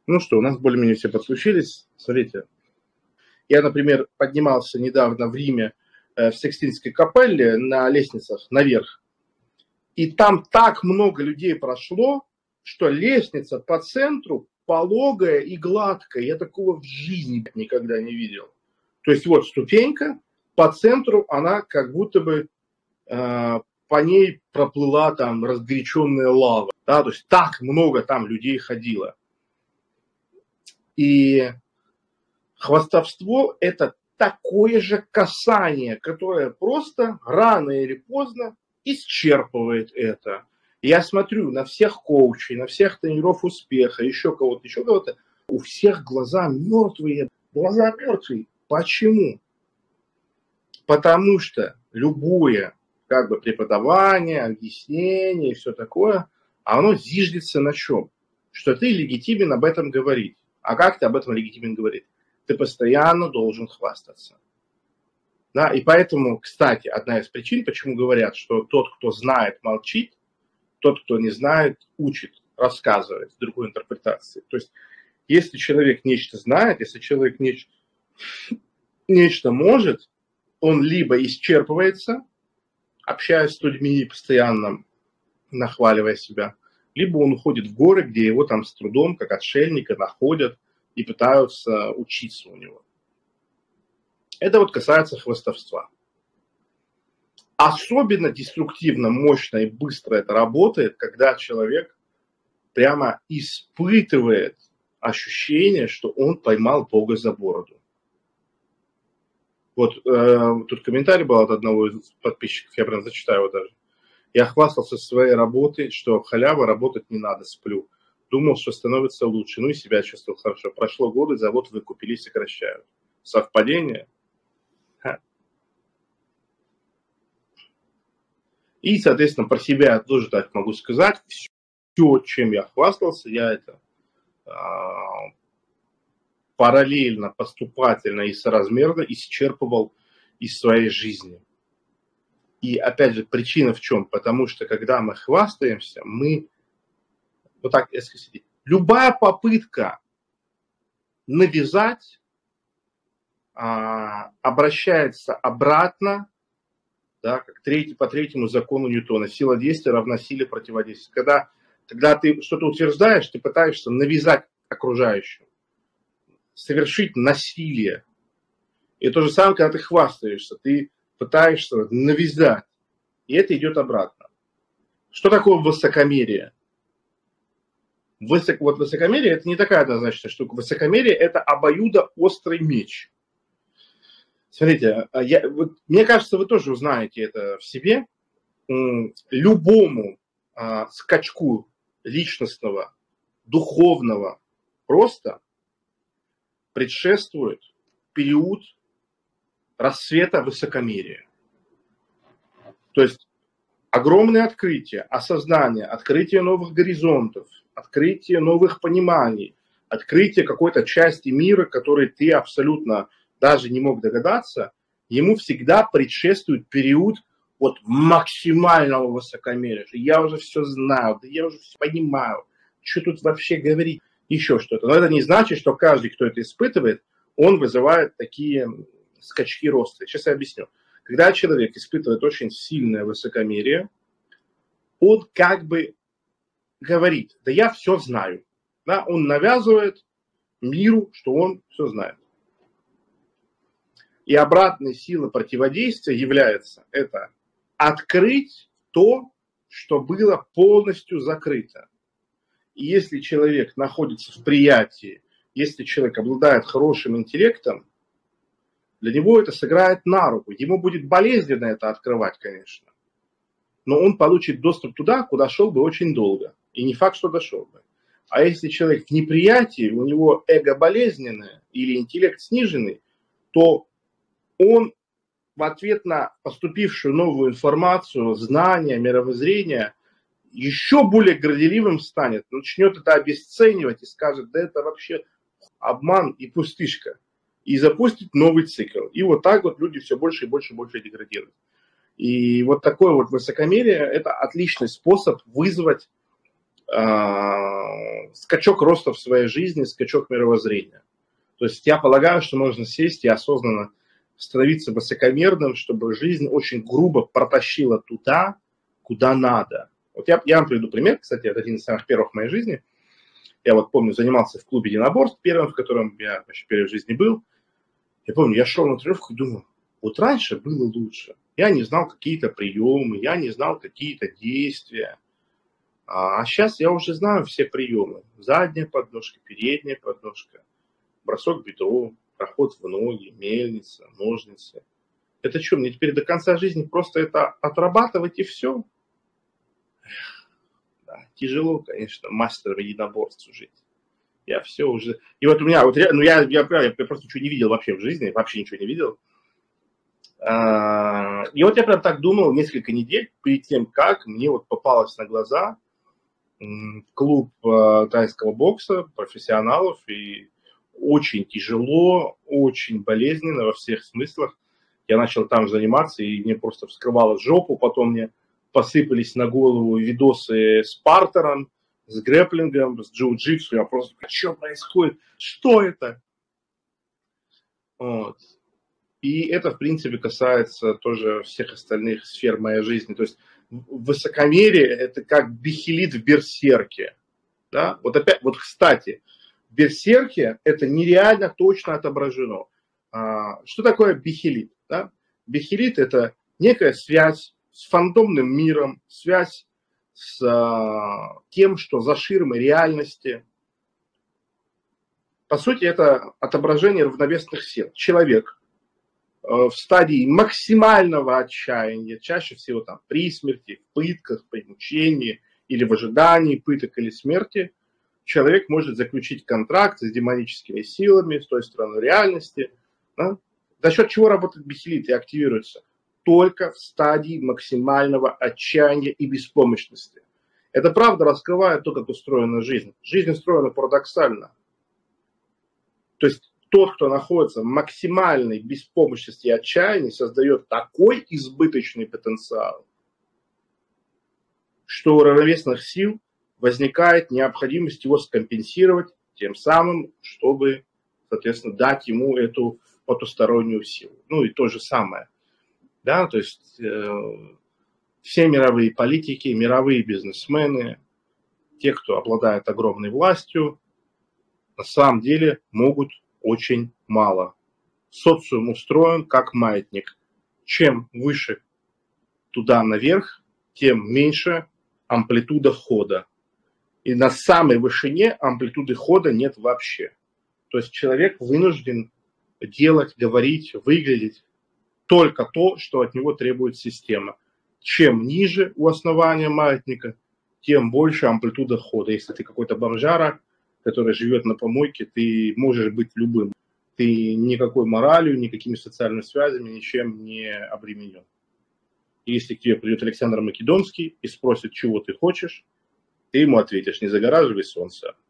Ну что, у нас более-менее все подключились. Смотрите, я, например, поднимался недавно в Риме в Сикстинской капелле на лестницах наверх, и там так много людей прошло, что лестница по центру пологая и гладкая. Я такого в жизни никогда не видел. То есть вот ступенька, по центру она как будто бы по ней проплыла там разгоряченная лава. Да? То есть так много там людей ходило. И хвастовство – это такое же касание, которое просто рано или поздно исчерпывает это. Я смотрю на всех коучей, на всех тренеров успеха, еще кого-то, у всех глаза мертвые. Почему? Потому что любое преподавание, объяснение и все такое, оно зиждется на чем? Что ты легитимен об этом говорить. А как ты об этом легитимен говорить? Ты постоянно должен хвастаться. Да? И поэтому, кстати, одна из причин, почему говорят, что тот, кто знает, молчит, тот, кто не знает, учит, рассказывает в другой интерпретации. То есть, если человек нечто знает, если человек нечто может, он либо исчерпывается, общаясь с людьми, постоянно нахваливая себя, либо он уходит в горы, где его там с трудом, как отшельника, находят и пытаются учиться у него. Это вот касается хвастовства. Особенно деструктивно, мощно и быстро это работает, когда человек прямо испытывает ощущение, что он поймал Бога за бороду. Вот тут комментарий был от одного из подписчиков, я прям зачитаю его даже. Я хвастался своей работой, что халява, работать не надо, сплю. Думал, что становится лучше, ну и себя чувствовал хорошо. Прошло годы, завод выкупили и сокращают. Совпадение? И, соответственно, про себя я тоже так могу сказать. Все, чем я хвастался, я это параллельно, поступательно и соразмерно исчерпывал из своей жизни. И, опять же, причина в чем? Потому что, когда мы хвастаемся, мы, вот так, если сказать, любая попытка навязать обращается обратно, да, как по третьему закону Ньютона. Сила действия равна силе противодействия. Когда ты что-то утверждаешь, ты пытаешься навязать окружающим, совершить насилие. И то же самое, когда ты хвастаешься, ты пытаешься навязать. И это идет обратно. Что такое высокомерие? Вот высокомерие – это не такая однозначная штука. Высокомерие – это обоюдоострый меч. Смотрите, мне кажется, вы тоже узнаете это в себе. Любому скачку личностного, духовного роста предшествует период расцвета высокомерия. То есть огромное открытие, осознание, открытие новых горизонтов, открытие новых пониманий, открытие какой-то части мира, которой ты абсолютно даже не мог догадаться, ему всегда предшествует период вот максимального высокомерия. Я уже все знаю, да я уже все понимаю, что тут вообще говорить, еще что-то. Но это не значит, что каждый, кто это испытывает, он вызывает такие скачки роста. Сейчас я объясню. Когда человек испытывает очень сильное высокомерие, он как бы говорит, да я все знаю. Да, он навязывает миру, что он все знает. И обратной силой противодействия является это открыть то, что было полностью закрыто. И если человек находится в приятии, если человек обладает хорошим интеллектом, для него это сыграет на руку. Ему будет болезненно это открывать, конечно. Но он получит доступ туда, куда шел бы очень долго. И не факт, что дошел бы. А если человек в неприятии, у него эго болезненное или интеллект сниженный, то он в ответ на поступившую новую информацию, знания, мировоззрение еще более горделивым станет, начнет это обесценивать и скажет, да это вообще обман и пустышка. И запустит новый цикл. И вот так вот люди все больше и больше деградируют. И вот такое вот высокомерие – это отличный способ вызвать скачок роста в своей жизни, скачок мировоззрения. То есть я полагаю, что можно сесть и осознанно становиться высокомерным, чтобы жизнь очень грубо протащила туда, куда надо. Вот я вам приведу пример, кстати, это один из самых первых в моей жизни. Я вот помню, занимался в клубе единоборств, первым, в котором я вообще первый в жизни был. Я помню, я шел на тренировку и думал, вот раньше было лучше. Я не знал какие-то приемы, я не знал какие-то действия. А сейчас я уже знаю все приемы. Задняя подножка, передняя подножка, бросок бедром, проход в ноги, мельница, ножницы. Это что, мне теперь до конца жизни просто это отрабатывать и все? Да, тяжело, конечно, мастером единоборств жить. Я все уже... И вот у меня, вот, ну я просто ничего не видел вообще в жизни, вообще ничего не видел. И вот я прям так думал несколько недель перед тем, как мне вот попалось на глаза клуб тайского бокса, профессионалов, и очень тяжело, очень болезненно во всех смыслах. Я начал там заниматься, и мне просто вскрывало жопу, потом мне посыпались на голову видосы с партером, с грэпплингом, с джиу-джитсу. Я просто, что происходит? Что это? Вот. И это, в принципе, касается тоже всех остальных сфер моей жизни. То есть высокомерие – это как бихелит в берсерке. Да? Вот опять, вот кстати, в берсерке это нереально точно отображено. Что такое бихелит? Да? Бихелит – это некая связь с фантомным миром, связь с тем, что за ширмой реальности. По сути, это отображение равновесных сил. Человек в стадии максимального отчаяния, чаще всего там при смерти, в пытках, при мучении или в ожидании пыток или смерти, человек может заключить контракт с демоническими силами, с той стороны реальности. Да? За счет чего работает бихелит и активируется? Только в стадии максимального отчаяния и беспомощности. Это правда раскрывает то, как устроена жизнь. Жизнь устроена парадоксально. То есть тот, кто находится в максимальной беспомощности и отчаянии, создает такой избыточный потенциал, что у равновесных сил возникает необходимость его скомпенсировать тем самым, чтобы, соответственно, дать ему эту потустороннюю силу. Ну и то же самое. Да, то есть все мировые политики, мировые бизнесмены, те, кто обладает огромной властью, на самом деле могут очень мало. Социум устроен как маятник. Чем выше туда наверх, тем меньше амплитуда хода. И на самой вышине амплитуды хода нет вообще. То есть человек вынужден делать, говорить, выглядеть только то, что от него требует система. Чем ниже у основания маятника, тем больше амплитуда хода. Если ты какой-то бомжара, который живет на помойке, ты можешь быть любым. Ты никакой моралью, никакими социальными связями, ничем не обременен. Если к тебе придет Александр Македонский и спросит, чего ты хочешь, ты ему ответишь: не загораживай солнце,